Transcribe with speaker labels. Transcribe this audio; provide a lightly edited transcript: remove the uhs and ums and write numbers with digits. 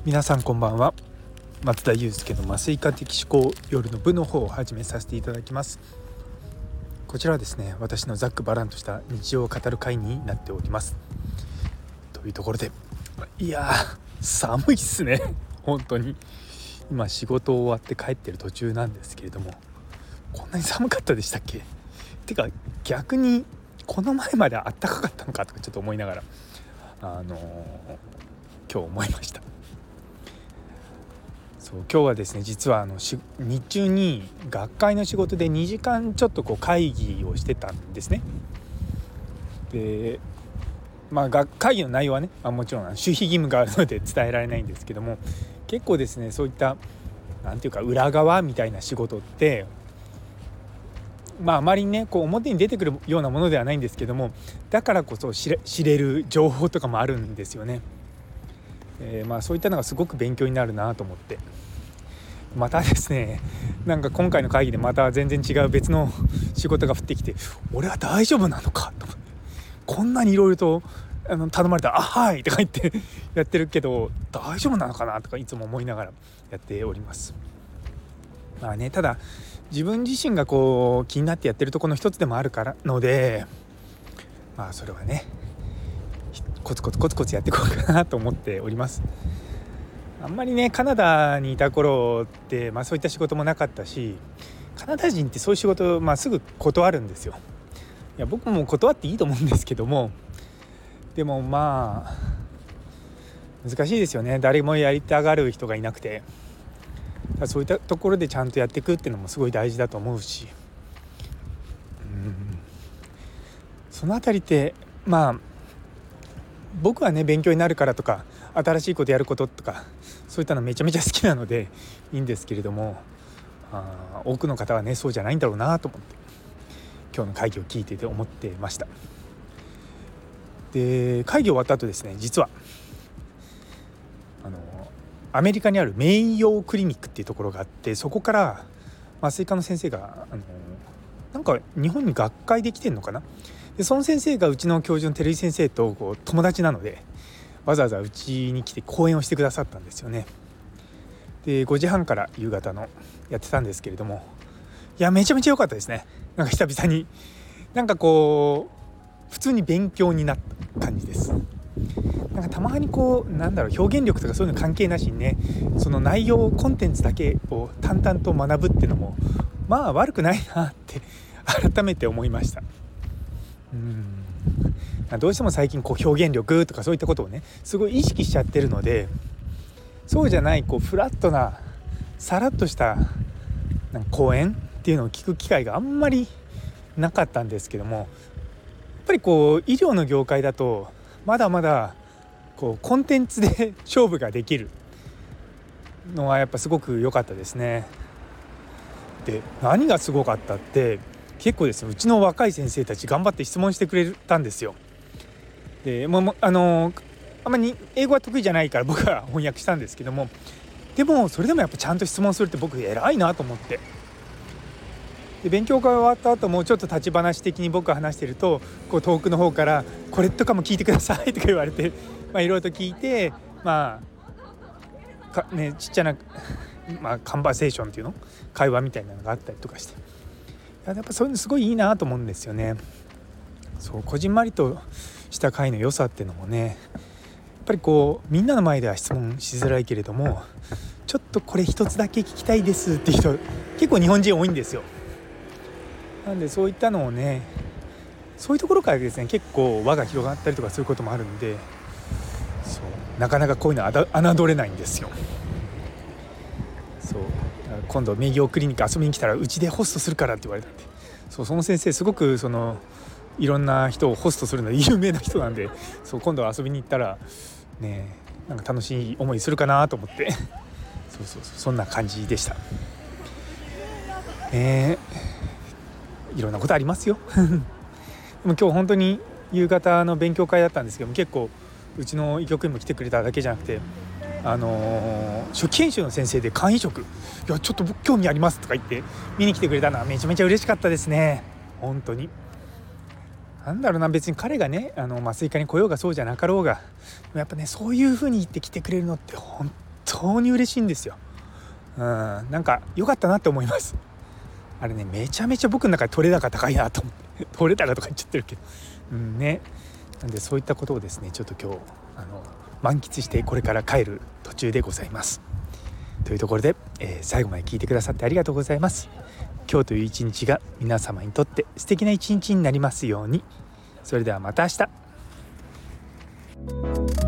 Speaker 1: 皆さんこんばんは。松田祐介の麻酔科的思考夜の部の方を始めさせていただきます。こちらはですね、私のざっくばらんとした日常を語る会になっております。というところで、いや寒いっすね本当に今仕事終わって帰ってる途中なんですけれども、こんなに寒かったでしたっけ？てか逆にこの前まであったかかったのかとかちょっと思いながら今日思いました。今日はですね、実は日中に学会の仕事で2時間ちょっと会議をしてたんですね。で、会議の内容はね、もちろん守秘義務があるので伝えられないんですけども、結構ですね、そういったなんていうか裏側みたいな仕事ってあまりね表に出てくるようなものではないんですけども、だからこそ知れる情報とかもあるんですよね。そういったのがすごく勉強になるなと思って、またですね、今回の会議でまた全然違う別の仕事が降ってきて、俺は大丈夫なのかと思って、こんなにいろいろと頼まれたら「あはい」とか言ってやってるけど大丈夫なのかなとかいつも思いながらやっております。ただ自分自身が気になってやってるところの一つでもあるからので、それはねコツコツやっていこうかなと思っております。あんまりねカナダにいた頃って、そういった仕事もなかったし、カナダ人ってそういう仕事、すぐ断るんですよ。いや僕も断っていいと思うんですけども、でも難しいですよね。誰もやりたがる人がいなくて、そういったところでちゃんとやっていくっていうのもすごい大事だと思うし、そのあたりって僕はね勉強になるからとか新しいことやることとかそういったのめちゃめちゃ好きなのでいいんですけれども、多くの方はねそうじゃないんだろうなと思って今日の会議を聞いてて思ってました。で、会議終わった後ですね、実はアメリカにあるメイヨークリニックっていうところがあって、そこから麻酔科の先生が日本に学会で来てんのかな。でその先生がうちの教授の照井先生と友達なので、わざわざうちに来て講演をしてくださったんですよね。で5時半から夕方のやってたんですけれども、いやめちゃめちゃ良かったですね。久々に普通に勉強になった感じです。たまに表現力とかそういうの関係なしにね、その内容コンテンツだけを淡々と学ぶっていうのも悪くないなって改めて思いました。どうしても最近表現力とかそういったことをねすごい意識しちゃってるので、そうじゃないフラットなさらっとした講演っていうのを聞く機会があんまりなかったんですけども、やっぱり医療の業界だとまだまだコンテンツで勝負ができるのはやっぱすごく良かったですね。で、何がすごかったって結構ですね、うちの若い先生たち頑張って質問してくれたんですよ。であんまり英語は得意じゃないから僕は翻訳したんですけども、でもそれでもやっぱちゃんと質問するって僕偉いなと思って、で勉強会終わった後もちょっと立ち話的に僕が話してると遠くの方からこれとかも聞いてくださいとか言われて、いろいろと聞いてちっちゃな、カンバセーションっていうの会話みたいなのがあったりとかして、やっぱそういうのすごいいいなと思うんですよね。そうこじんまりとした会の良さっていうのもね、やっぱりみんなの前では質問しづらいけれども、ちょっとこれ一つだけ聞きたいですって人結構日本人多いんですよ。なんでそういったのをね、そういうところからですね結構輪が広がったりとかすることもあるんで、なかなかこういうのは侮れないんですよ。今度メイヨークリニック遊びに来たらうちでホストするからって言われたんで、その先生すごくいろんな人をホストするので有名な人なんで、今度遊びに行ったらね楽しい思いするかなと思ってそんな感じでした。いろんなことありますよでも今日本当に夕方の勉強会だったんですけども、結構うちの医局にも来てくれただけじゃなくて、初期研修の先生で肝移植、いやちょっと僕興味ありますとか言って見に来てくれたのはめちゃめちゃ嬉しかったですね。本当に別に彼がね麻酔科に来ようがそうじゃなかろうが、やっぱねそういう風に言って来てくれるのって本当に嬉しいんですよ。なんか良かったなって思います。あれね、めちゃめちゃ僕の中で取れ高高いなと思って取れ高とか言っちゃってるけど、ね。なんでそういったことをですね、ちょっと今日満喫してこれから帰る途中でございます。というところで、最後まで聞いてくださってありがとうございます。今日という一日が皆様にとって素敵な一日になりますように。それではまた明日。